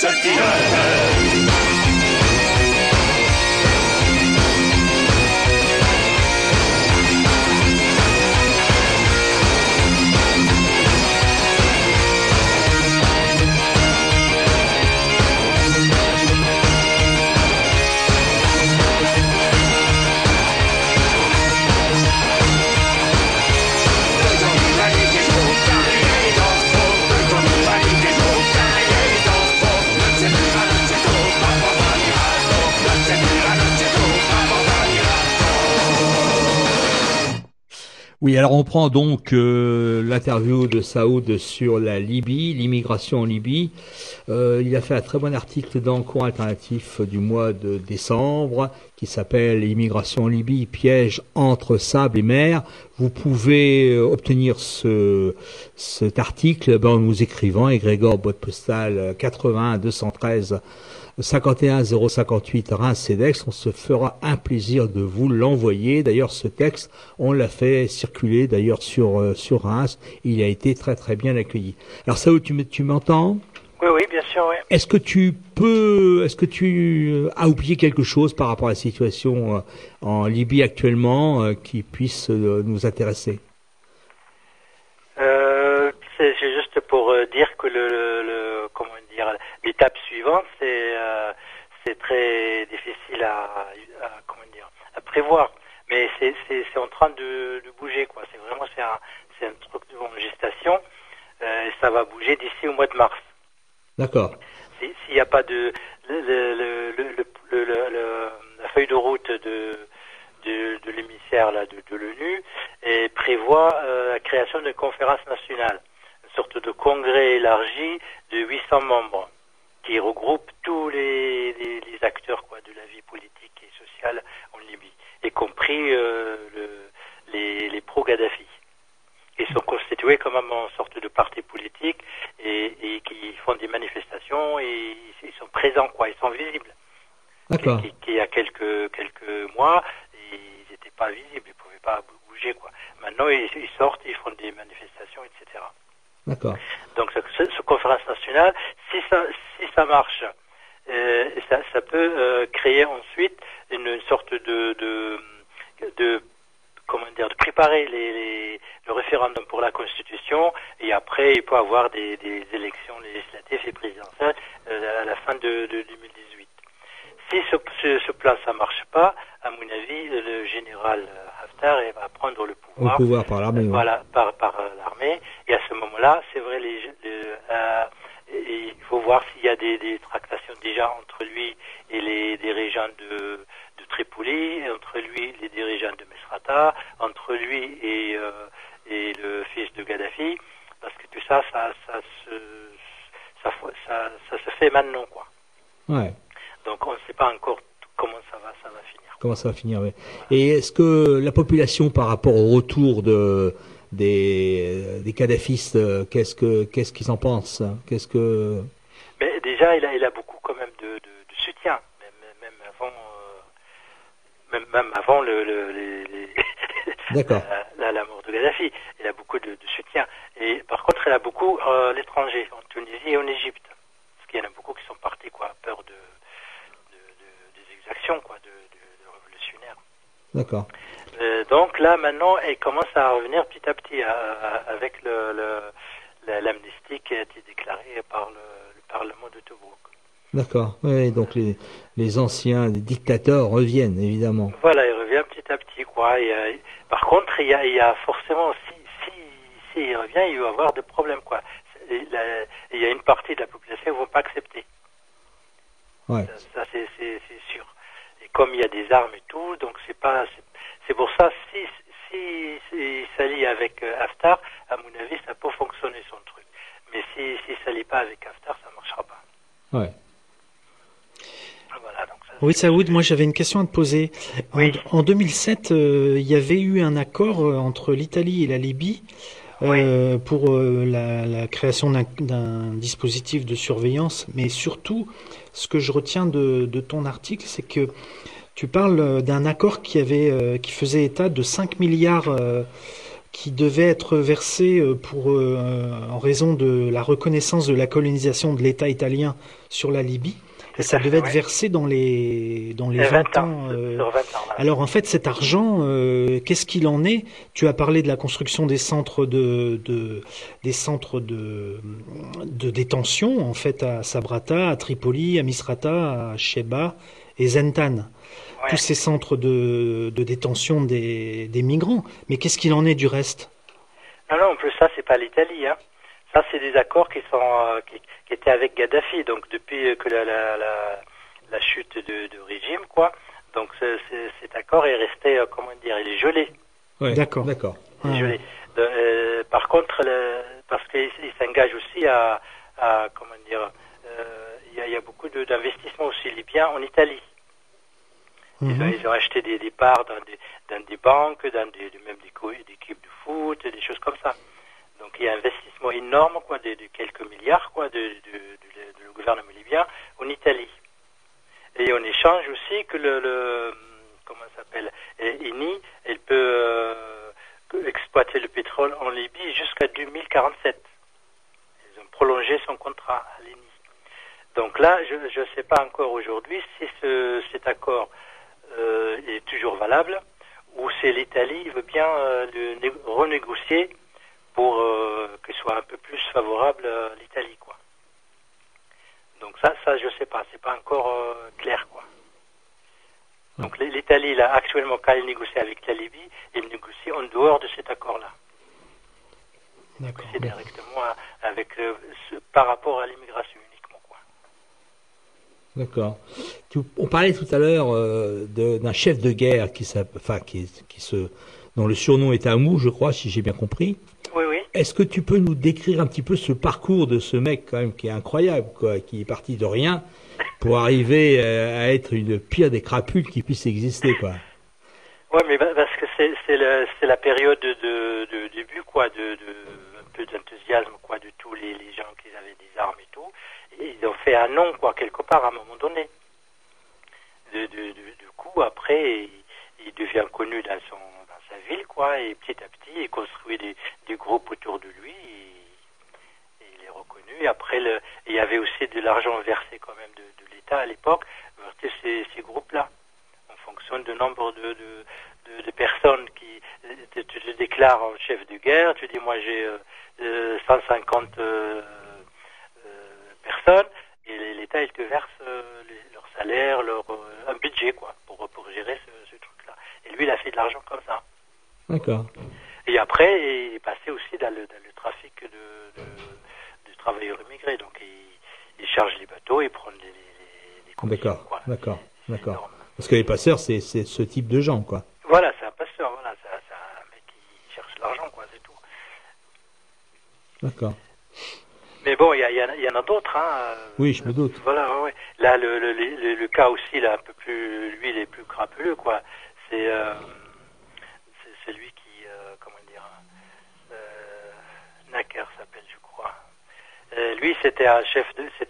Oui, alors on prend donc l'interview de Saoud sur la Libye, l'immigration en Libye. Il a fait un très bon article dans le Courant Alternatif du mois de décembre qui s'appelle « Immigration en Libye, piège entre sable et mer ». Vous pouvez obtenir cet article en nous écrivant Égrégore, boîte postale 81 213 51 058 Reims-Cedex. On se fera un plaisir de vous l'envoyer. D'ailleurs, ce texte, on l'a fait circuler d'ailleurs sur Reims. Il a été très très bien accueilli. Alors Saoud, tu m'entends? Oui, bien sûr, oui. Est-ce que tu as oublié quelque chose par rapport à la situation en Libye actuellement qui puisse nous intéresser? C'est juste pour dire que l'étape suivante, c'est très difficile à prévoir, mais c'est en train de bouger, quoi. C'est un truc en gestation, et ça va bouger d'ici au mois de mars. D'accord. S'il n'y a pas la feuille de route de l'émissaire là de l'ONU et prévoit la création d'une conférence nationale, une sorte de congrès élargi de 800 membres qui regroupe tous les acteurs de la vie politique et sociale en Libye, y compris les pro-Kadhafi. Ils sont constitués comme une sorte de parti politique et qui font des manifestations et ils sont présents, ils sont visibles. D'accord. Qui y a quelques mois, ils n'étaient pas visibles, ils pouvaient pas bouger, Maintenant, ils sortent, ils font des manifestations, etc. D'accord. Donc, cette conférence nationale, si ça marche, ça peut créer ensuite une sorte de préparer le référendum pour la Constitution, et après, il peut y avoir des élections législatives et présidentielles à la fin de 2018. Si ce plan ça marche pas, à mon avis, le général Haftar va prendre le pouvoir. Au pouvoir par l'armée. Voilà, par l'armée. Et à ce moment-là, c'est vrai, il faut voir s'il y a des tractations déjà entre lui et les dirigeants de Tripoli, entre lui et les dirigeants de Misrata, entre lui et le fils de Kadhafi, parce que tout ça se fait maintenant, Ouais. Donc on ne sait pas encore comment ça va finir. Comment ça va finir, oui. Et est-ce que la population, par rapport au retour des kadhafistes, qu'est-ce qu'ils en pensent? Mais déjà, il a beaucoup quand même de soutien, même avant D'accord. la mort de Kadhafi. Il a beaucoup de soutien. Et par contre, il a beaucoup à l'étranger, en Tunisie et en Égypte. Parce qu'il y en a beaucoup qui sont partis, peur des exactions, de révolutionnaires. D'accord. Donc là, maintenant, il commence à revenir petit à petit avec l'amnistie qui a été déclarée par le Parlement de Tobrouk. D'accord. Oui, donc les anciens dictateurs reviennent, évidemment. Voilà, ils reviennent petit à petit, par contre, il y a forcément, s'il revient, il va y avoir des problèmes, Il y a une partie de la population qui ne vont pas accepter. Ouais. Ça c'est sûr. Et comme il y a des armes et tout, donc c'est pour ça, si s'allie avec Haftar, à mon avis, ça peut fonctionner son truc. Mais si s'allie pas avec Haftar, ça marchera pas. Ouais. Voilà, donc oui, Saoud, moi j'avais une question à te poser. Oui. En 2007, il y avait eu un accord entre l'Italie et la Libye pour la création d'un dispositif de surveillance, mais surtout, ce que je retiens de ton article, c'est que tu parles d'un accord qui faisait état de 5 milliards qui devait être versé en raison de la reconnaissance de la colonisation de l'État italien sur la Libye. Et ça devait être versé dans les 20 ans. Sur 20 ans voilà. Alors en fait, cet argent, qu'est-ce qu'il en est? Tu as parlé de la construction des centres de détention, en fait, à Sabrata, à Tripoli, à Misrata, à Sheba et Zentan. Ouais. Tous ces centres de détention des migrants. Mais qu'est-ce qu'il en est du reste? Non, en plus ça, c'est pas l'Italie, hein. Ça, c'est des accords qui étaient avec Kadhafi, donc depuis que la chute de régime, quoi. Donc cet accord est resté, comment dire, il est gelé. Ouais, d'accord. Il est gelé. Par contre, parce qu'il s'engage aussi à comment dire, il y a beaucoup d'investissements aussi libyens en Italie. Ils ont acheté des parts dans des banques, même des équipes de foot, des choses comme ça. Donc il y a un investissement énorme, quoi, de quelques milliards, quoi, de le gouvernement libyen en Italie. Et en échange aussi que comment ça s'appelle, Eni, elle peut exploiter le pétrole en Libye jusqu'à 2047. Ils ont prolongé son contrat à l'Eni. Donc là, je ne sais pas encore aujourd'hui si cet accord est toujours valable ou si l'Italie veut bien le renégocier pour que soit un peu plus favorable à l'Italie, quoi. Donc ça je sais pas, c'est pas encore clair, quoi. Donc l'Italie là actuellement, quand elle négocie avec la Libye, elle négocie en dehors de cet accord-là. D'accord. C'est directement avec par rapport à l'immigration uniquement, quoi. D'accord. On parlait tout à l'heure d'un chef de guerre dont le surnom est Amou, je crois, si j'ai bien compris. Oui. Est-ce que tu peux nous décrire un petit peu ce parcours de ce mec, quand même, qui est incroyable, quoi, qui est parti de rien pour arriver à être une pire des crapules qui puisse exister, quoi. Ouais, mais parce que c'est la période de début, quoi, un peu d'enthousiasme, quoi, de tous les gens qui avaient des armes et tout. Et ils ont fait un nom, quoi, quelque part, à un moment donné. Du coup, après, il devient connu dans sa ville, quoi, et petit à petit, il construit des groupes autour de lui, et il est reconnu. Et après, il y avait aussi de l'argent versé quand même de l'État à l'époque, vers ces groupes-là, en fonction du nombre de personnes qui tu te déclares en chef de guerre, tu dis moi j'ai 150 personnes, et l'État il te verse leur salaire, un budget, quoi, pour gérer ce truc-là. Et lui il a fait de l'argent comme ça. D'accord. Et après il est passé aussi dans le trafic de travailleurs immigrés, donc il charge les bateaux, il prend les commissions, quoi. D'accord. Parce que les passeurs, c'est ce type de gens, quoi. Voilà, c'est un passeur, voilà, c'est un mec qui cherche l'argent, quoi, c'est tout. D'accord. Mais bon, il y en a d'autres, hein. Oui, je me doute. Voilà, ouais. Là, le cas aussi, là, un peu plus, lui, il est plus crapuleux, quoi. C'est celui qui, comment dire, Nacker s'appelle, je crois. Lui, c'était un chef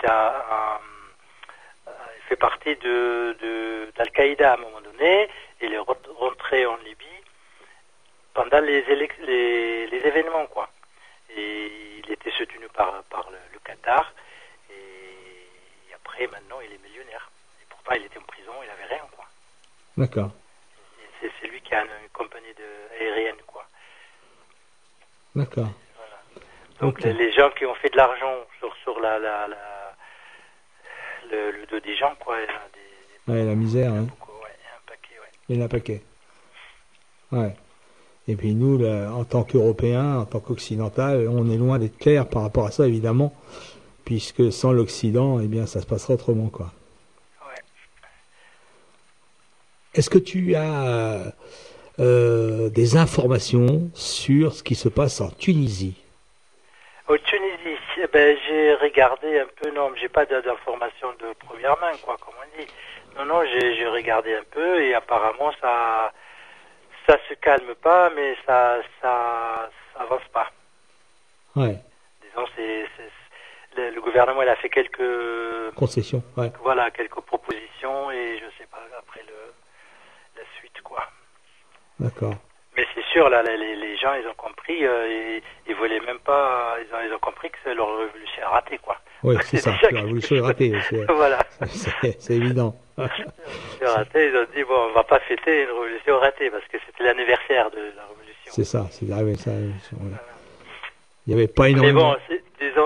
il fait partie d'Al-Qaïda à un moment donné. Il est rentré en Libye pendant les événements, quoi. Et il était soutenu par le Qatar. Et après, maintenant, il est millionnaire. Et pourtant, il était en prison, il n'avait rien, quoi. D'accord. C'est lui qui a une compagnie aérienne, quoi. D'accord. Voilà. Donc, okay. Les gens qui ont fait de l'argent sur le dos des gens, quoi. La misère, hein. Un paquet, ouais. Il y en a un paquet. Ouais. Et puis nous, là, en tant qu'Européens, en tant qu'Occidental, on est loin d'être clair par rapport à ça, évidemment, puisque sans l'Occident, eh bien, ça se passera autrement, quoi. Ouais. Est-ce que tu as des informations sur ce qui se passe en Tunisie? En Tunisie, j'ai regardé un peu, non, j'ai pas d'informations de première main, quoi, comme on dit. Non, j'ai regardé un peu et apparemment ça se calme pas, mais ça avance pas. Ouais. Disons, le gouvernement, il a fait quelques concessions, ouais. Voilà, quelques propositions et je sais pas après la suite, quoi. D'accord. Mais c'est sûr, là, les gens, ils ont compris, ils voulaient même pas, ils ont compris que leur révolution est ratée, quoi. Oui, c'est ça, la révolution est ratée. Voilà. C'est évident. C'est raté, ils ont dit, bon, on va pas fêter une révolution ratée, parce que c'était l'anniversaire de la révolution. C'est ça, c'est la révolution. Ouais. Il n'y avait pas énormément... Mais bon, disons,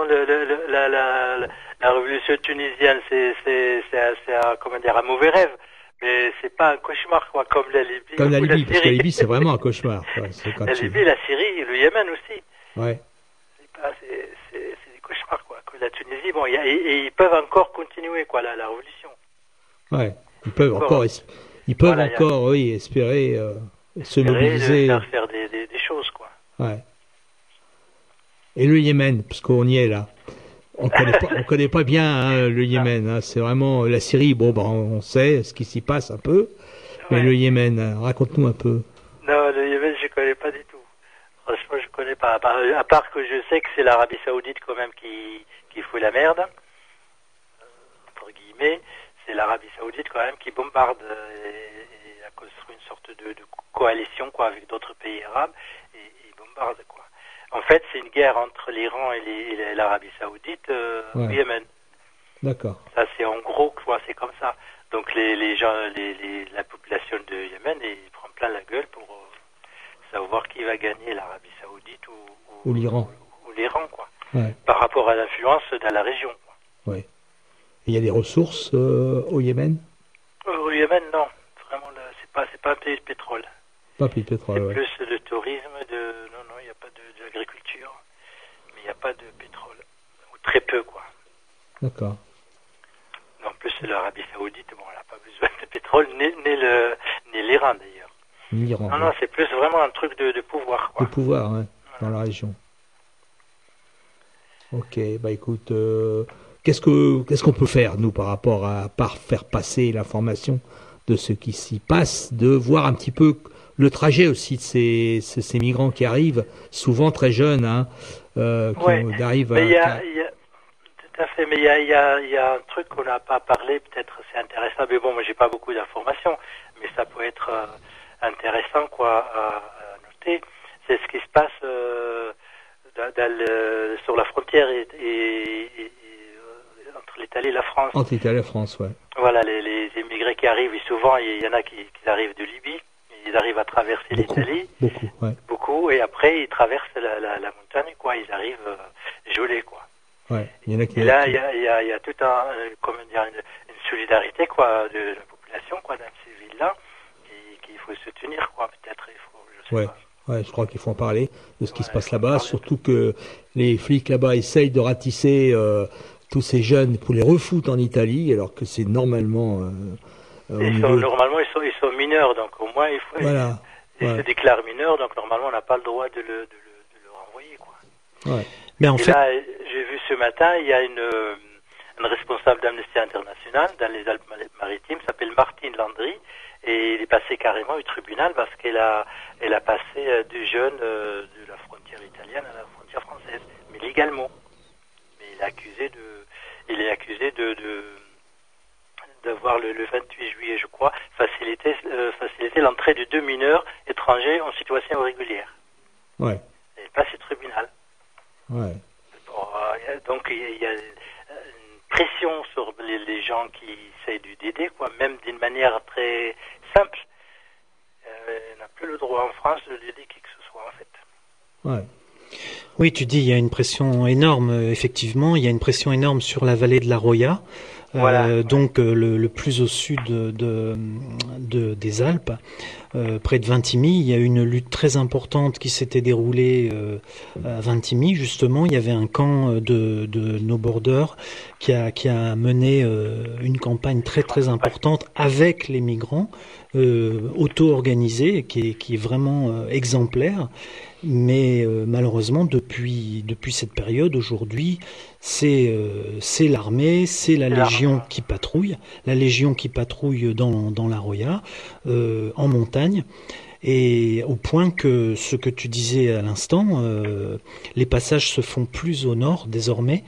la révolution tunisienne, c'est comment dire, un mauvais rêve. Mais c'est pas un cauchemar, quoi, comme la Libye. Comme la Libye, parce que la Libye, c'est vraiment un cauchemar. Quoi. La Libye, la Syrie, le Yémen aussi. Ouais. C'est des cauchemars, quoi. Comme la Tunisie, bon, et ils peuvent encore continuer, quoi, la révolution. Ouais. Ils peuvent encore, oui, espérer se mobiliser. Faire des choses, quoi. Ouais. Et le Yémen, parce qu'on y est là. On connaît pas bien hein, le Yémen. Hein. C'est vraiment la Syrie. Bon, on sait ce qui s'y passe un peu, mais le Yémen, raconte-nous un peu. Non, le Yémen, je connais pas du tout. Franchement, je connais pas. À part que je sais que c'est l'Arabie Saoudite quand même qui fout la merde, entre guillemets. C'est l'Arabie Saoudite quand même qui bombarde et a construit une sorte de coalition quoi avec d'autres pays arabes et ils bombardent quoi. En fait, c'est une guerre entre l'Iran et l'Arabie Saoudite au Yémen. D'accord. Ça, c'est en gros, quoi, c'est comme ça. Donc, les gens, la population de Yémen, ils prennent plein la gueule pour savoir qui va gagner, l'Arabie Saoudite ou l'Iran. Ou l'Iran, quoi. Ouais. Par rapport à l'influence dans la région, quoi. Ouais. Il y a des ressources au Yémen? Au Yémen, non. Vraiment, c'est pas un pays de pétrole. Pas un pays de pétrole, c'est plus de tourisme, non, il n'y a pas d'agriculture, mais il n'y a pas de pétrole. Ou très peu, quoi. D'accord. En plus, l'Arabie Saoudite, bon, elle n'a pas besoin de pétrole, ni l'Iran, d'ailleurs. Ni l'Iran. Non, c'est plus vraiment un truc de pouvoir, quoi. De pouvoir, ouais, dans la région. Ok, bah écoute, qu'est-ce qu'on peut faire, nous, par rapport à part faire passer l'information de ce qui s'y passe, de voir un petit peu le trajet aussi de ces migrants qui arrivent, souvent très jeunes, hein, qui arrivent à... Tout à fait, mais il y a un truc qu'on n'a pas parlé, peut-être c'est intéressant, mais bon, moi j'ai pas beaucoup d'informations, mais ça peut être intéressant quoi à noter, c'est ce qui se passe sur la frontière entre l'Italie et la France. Entre l'Italie et la France, ouais. Voilà, les immigrés qui arrivent, et souvent il y en a qui arrivent de Libye, ils arrivent à traverser l'Italie. Beaucoup, et après ils traversent la montagne, quoi, ils arrivent gelés, quoi. Ouais, il y en a qui... Et là, il y a tout une solidarité, quoi, de la population, quoi, dans ces villes-là, qu'il faut se tenir, quoi, peut-être, je sais pas. Ouais, je crois qu'il faut en parler de ce qui se passe là-bas, surtout que les flics là-bas essayent de ratisser tous ces jeunes pour les refoutre en Italie, alors que c'est normalement... Normalement, ils sont mineurs, donc au moins, il faut... Voilà. Ils se déclarent mineurs, donc normalement, on n'a pas le droit de le renvoyer, quoi. Ouais. Mais en fait... Là, j'ai vu ce matin, il y a une responsable d'Amnesty International dans les Alpes-Maritimes, s'appelle Martine Landry, et il est passé carrément au tribunal parce qu'elle a passé deux jeunes de la frontière italienne à la frontière française, mais légalement. Mais il est accusé d'avoir le 28 juillet, je crois, facilité l'entrée de deux mineurs étrangers en situation irrégulière. Ouais. Et il passe au tribunal. Ouais. Bon, donc il y a une pression sur les gens qui essayent d'aider, quoi, même d'une manière très simple. On n'a plus le droit en France d'aider qui que ce soit, en fait. Ouais. Oui, tu dis il y a une pression énorme, effectivement, il y a une pression énorme sur la vallée de la Roya. Voilà. Donc le plus au sud des Alpes, près de Vintimille, il y a une lutte très importante qui s'était déroulée à Vintimille. Justement, il y avait un camp de No Border qui a mené une campagne très très importante avec les migrants, auto-organisée, qui est vraiment exemplaire. Mais malheureusement, depuis cette période, aujourd'hui, c'est l'armée, c'est la Légion qui patrouille, dans la Roya, en montagne, et au point que ce que tu disais à l'instant, les passages se font plus au nord désormais,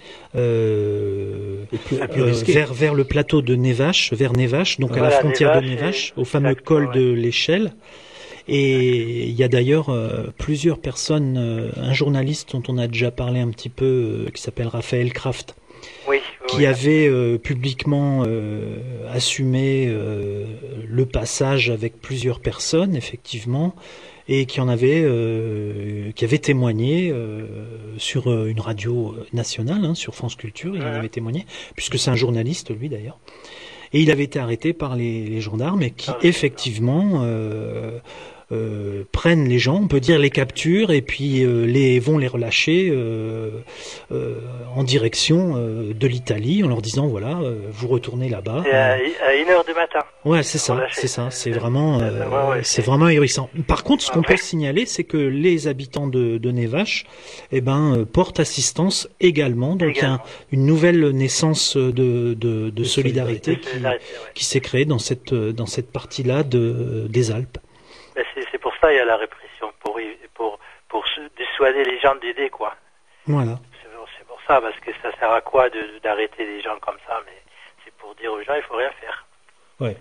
vers le plateau de Nevache, vers Nevache, donc à la frontière de Nevache, au fameux col de l'Échelle. Et il y a d'ailleurs plusieurs personnes, un journaliste dont on a déjà parlé un petit peu, qui s'appelle Raphaël Kraft, qui avait publiquement assumé le passage avec plusieurs personnes, effectivement, et qui avait témoigné sur une radio nationale, sur France Culture, il en avait témoigné, puisque c'est un journaliste, lui d'ailleurs. Et il avait été arrêté par les gendarmes et qui, effectivement, prennent les gens, on peut dire les capturent et puis vont les relâcher en direction de l'Italie en leur disant voilà, vous retournez là-bas. À 1h du matin. Ouais, c'est ça. C'est vraiment, c'est vraiment ahurissant. Par contre, ce qu'on peut signaler, c'est que les habitants de Nevache, portent assistance également. Donc il y a une nouvelle naissance de solidarité qui s'est créée dans cette partie-là des Alpes. C'est pour ça il y a la répression, pour dissuader les gens d'aider, quoi. Voilà. C'est pour ça, parce que ça sert à quoi d'arrêter les gens comme ça, mais c'est pour dire aux gens il faut rien faire. Ouais.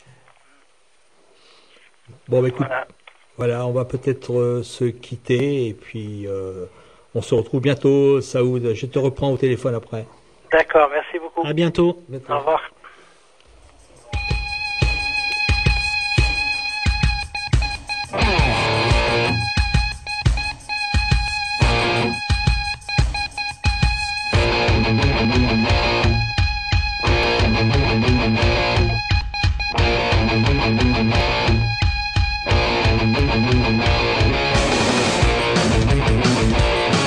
Bon, écoute, voilà, on va peut-être se quitter et puis on se retrouve bientôt, Saoud. Je te reprends au téléphone après. D'accord, merci beaucoup. À bientôt. Au revoir.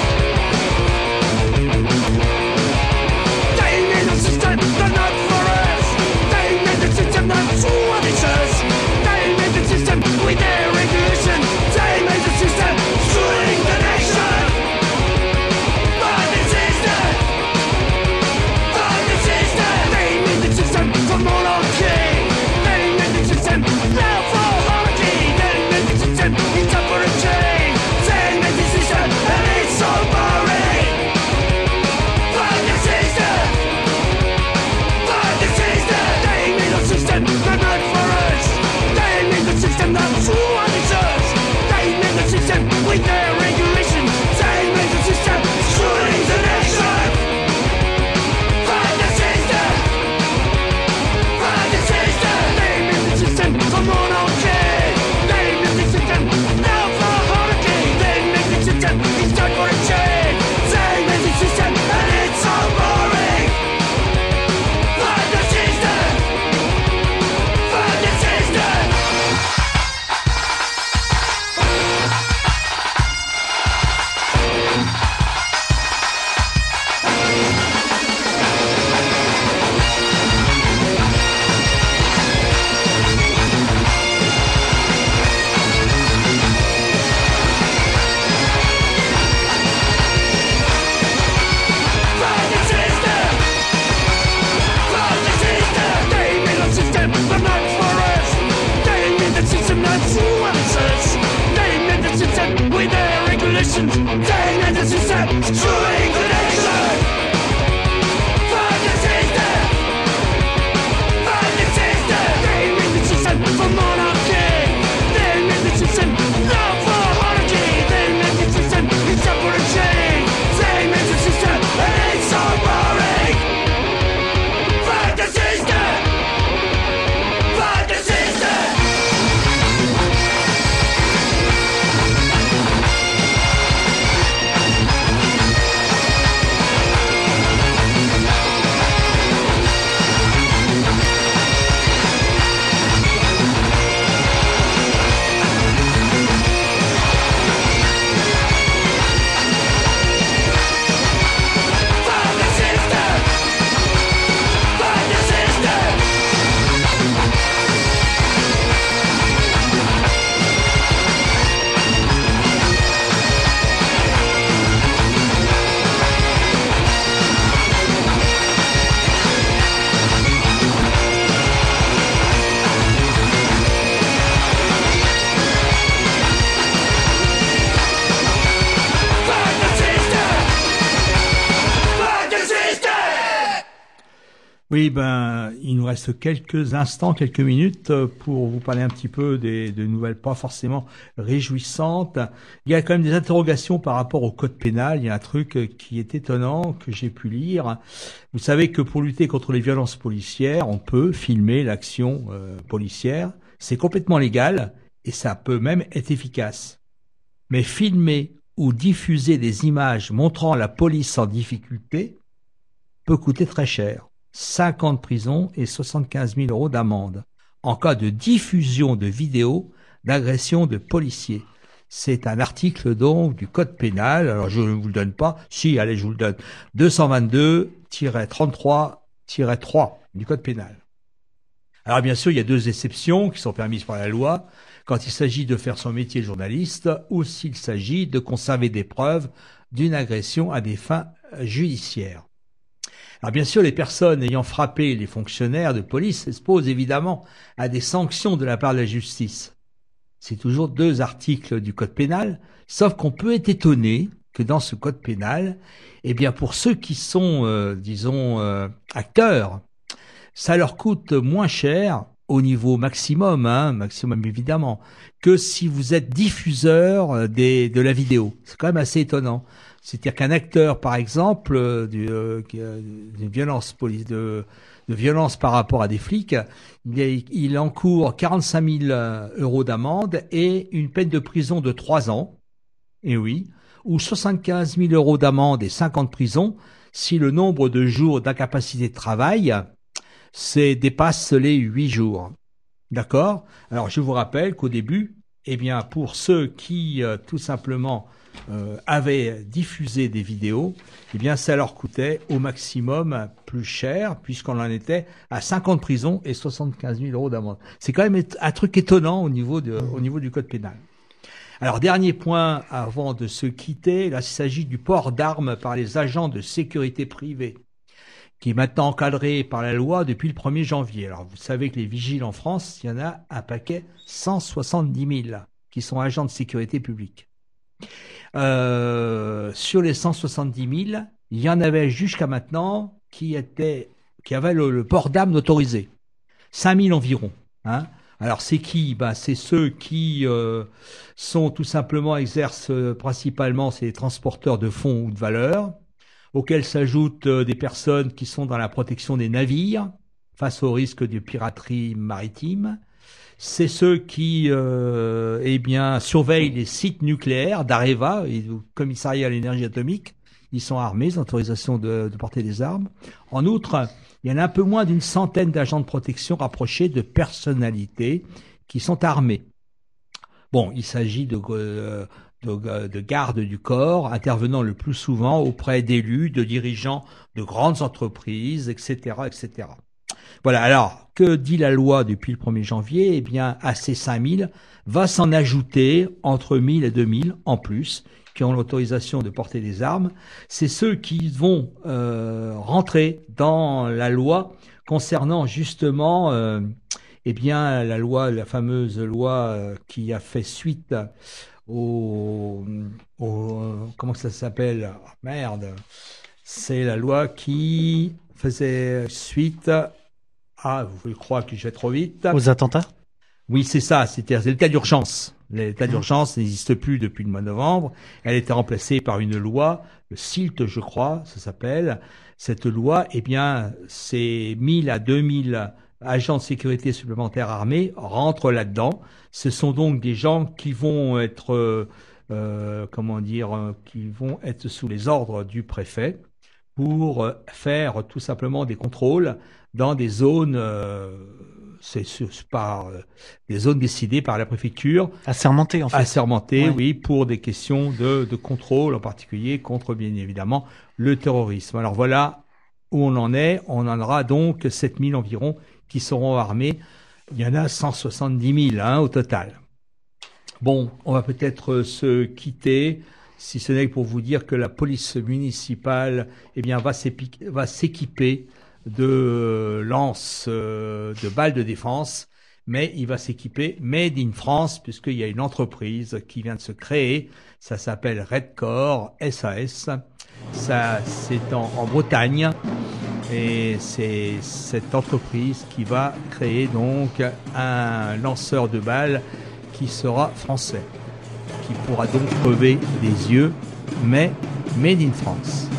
They need a system, they're not for it. Oui, il nous reste quelques instants, quelques minutes pour vous parler un petit peu de nouvelles pas forcément réjouissantes. Il y a quand même des interrogations par rapport au code pénal. Il y a un truc qui est étonnant que j'ai pu lire. Vous savez que pour lutter contre les violences policières, on peut filmer l'action policière. C'est complètement légal et ça peut même être efficace. Mais filmer ou diffuser des images montrant la police en difficulté peut coûter très cher. 5 ans de prison et 75 000 € d'amende en cas de diffusion de vidéos d'agression de policiers. C'est un article donc du code pénal. Alors je ne vous le donne pas. Si, allez, je vous le donne. 222-33-3 du code pénal. Alors bien sûr, il y a 2 exceptions qui sont permises par la loi. Quand il s'agit de faire son métier de journaliste ou s'il s'agit de conserver des preuves d'une agression à des fins judiciaires. Alors bien sûr, les personnes ayant frappé les fonctionnaires de police s'exposent évidemment à des sanctions de la part de la justice. C'est toujours 2 articles du code pénal, sauf qu'on peut être étonné que dans ce code pénal, eh bien pour ceux qui sont, acteurs, ça leur coûte moins cher au niveau maximum, maximum évidemment, que si vous êtes diffuseur de la vidéo. C'est quand même assez étonnant. C'est-à-dire qu'un acteur, par exemple, de violence par rapport à des flics, il encourt 45 000 € d'amende et une peine de prison de 3 ans. Et oui, ou 75 000 € d'amende et 5 ans de prison si le nombre de jours d'incapacité de travail dépasse les 8 jours. D'accord? Alors, je vous rappelle qu'au début, eh bien, pour ceux qui, tout simplement, avaient diffusé des vidéos, eh bien, ça leur coûtait au maximum plus cher, puisqu'on en était à 5 ans de prison et 75 000 € d'amende. C'est quand même un truc étonnant au niveau du code pénal. Alors, dernier point avant de se quitter, là, il s'agit du port d'armes par les agents de sécurité privée, qui est maintenant encadré par la loi depuis le 1er janvier. Alors, vous savez que les vigiles en France, il y en a un paquet, 170 000, qui sont agents de sécurité publique. Sur les 170 000, il y en avait jusqu'à maintenant qui avaient le port d'armes autorisé. 5 000 environ. Alors, c'est qui? C'est ceux qui sont tout simplement, exercent principalement, c'est les transporteurs de fonds ou de valeurs, auxquels s'ajoutent des personnes qui sont dans la protection des navires face au risque de piraterie maritime. C'est ceux qui surveillent les sites nucléaires d'Areva et du commissariat à l'énergie atomique. Ils sont armés, ils ont l'autorisation de porter des armes. En outre, il y en a un peu moins d'une centaine d'agents de protection rapprochés de personnalités qui sont armés. Bon, il s'agit de gardes du corps intervenant le plus souvent auprès d'élus, de dirigeants de grandes entreprises, etc., etc. Voilà, alors, que dit la loi depuis le 1er janvier? Eh bien, à ces 5000, va s'en ajouter entre 1000 et 2000 en plus, qui ont l'autorisation de porter des armes. C'est ceux qui vont rentrer dans la loi concernant justement la fameuse loi qui a fait suite comment ça s'appelle? Merde. C'est la loi qui faisait suite vous croyez que je vais trop vite. Aux attentats? Oui, c'est ça. C'est l'état d'urgence. L'état d'urgence n'existe plus depuis le mois de novembre. Elle a été remplacée par une loi, le SILT, je crois, ça s'appelle. Cette loi, eh bien, c'est 1000 à 2000 agents de sécurité supplémentaires armés rentrent là-dedans. Ce sont donc des gens qui vont être, qui vont être sous les ordres du préfet pour faire tout simplement des contrôles dans des zones, des zones décidées par la préfecture. Assermentées, en fait. Assermentées, oui, pour des questions de contrôle, en particulier contre, bien évidemment, le terrorisme. Alors voilà où on en est. On en aura donc 7000 environ qui seront armés. Il y en a 170 000 au total. Bon, on va peut-être se quitter, si ce n'est pour vous dire que la police municipale, eh bien, va s'équiper de lances de balles de défense, mais il va s'équiper Made in France, puisqu'il y a une entreprise qui vient de se créer. Ça s'appelle Redcore SAS. Ça, c'est en Bretagne. Et c'est cette entreprise qui va créer donc un lanceur de balles qui sera français, qui pourra donc crever des yeux, mais made in France.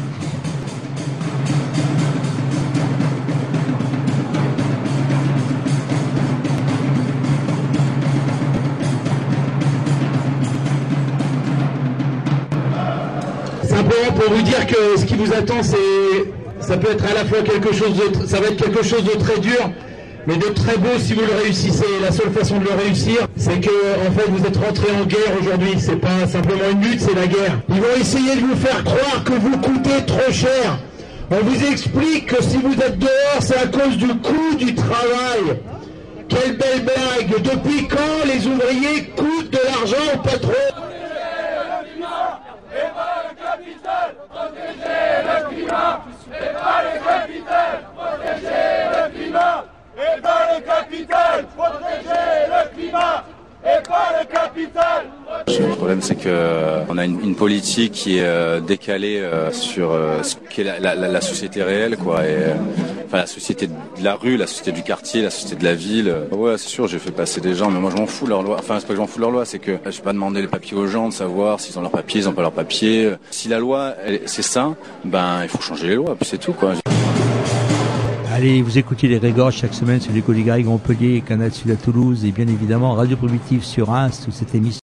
Simplement pour vous dire que ce qui vous attend, ça peut être à la fois ça va être quelque chose de très dur, mais de très beau si vous le réussissez. La seule façon de le réussir, c'est que en fait vous êtes rentré en guerre aujourd'hui. C'est pas simplement une lutte, c'est la guerre. Ils vont essayer de vous faire croire que vous coûtez trop cher. On vous explique que si vous êtes dehors, c'est à cause du coût du travail. Quelle belle blague! Depuis quand les ouvriers coûtent de l'argent au patron? Le problème, c'est que on a une politique qui est décalée sur ce qu'est la société réelle, quoi. Et enfin, la société de la rue, la société du quartier, la société de la ville. Ouais, c'est sûr, j'ai fait passer des gens, mais moi je m'en fous de leur loi. Enfin, c'est pas que je m'en fous de leur loi, c'est que je vais pas demander les papiers aux gens de savoir s'ils ont leurs papiers, ils ont pas leurs papiers. Si la loi, c'est ça, ben il faut changer les lois, puis c'est tout, quoi. Allez, vous écoutez les Régorges chaque semaine sur les Côtes du Garrigues, Montpellier, Canal Sud à Toulouse et bien évidemment Radio Primitive sur Reims, toute cette émission.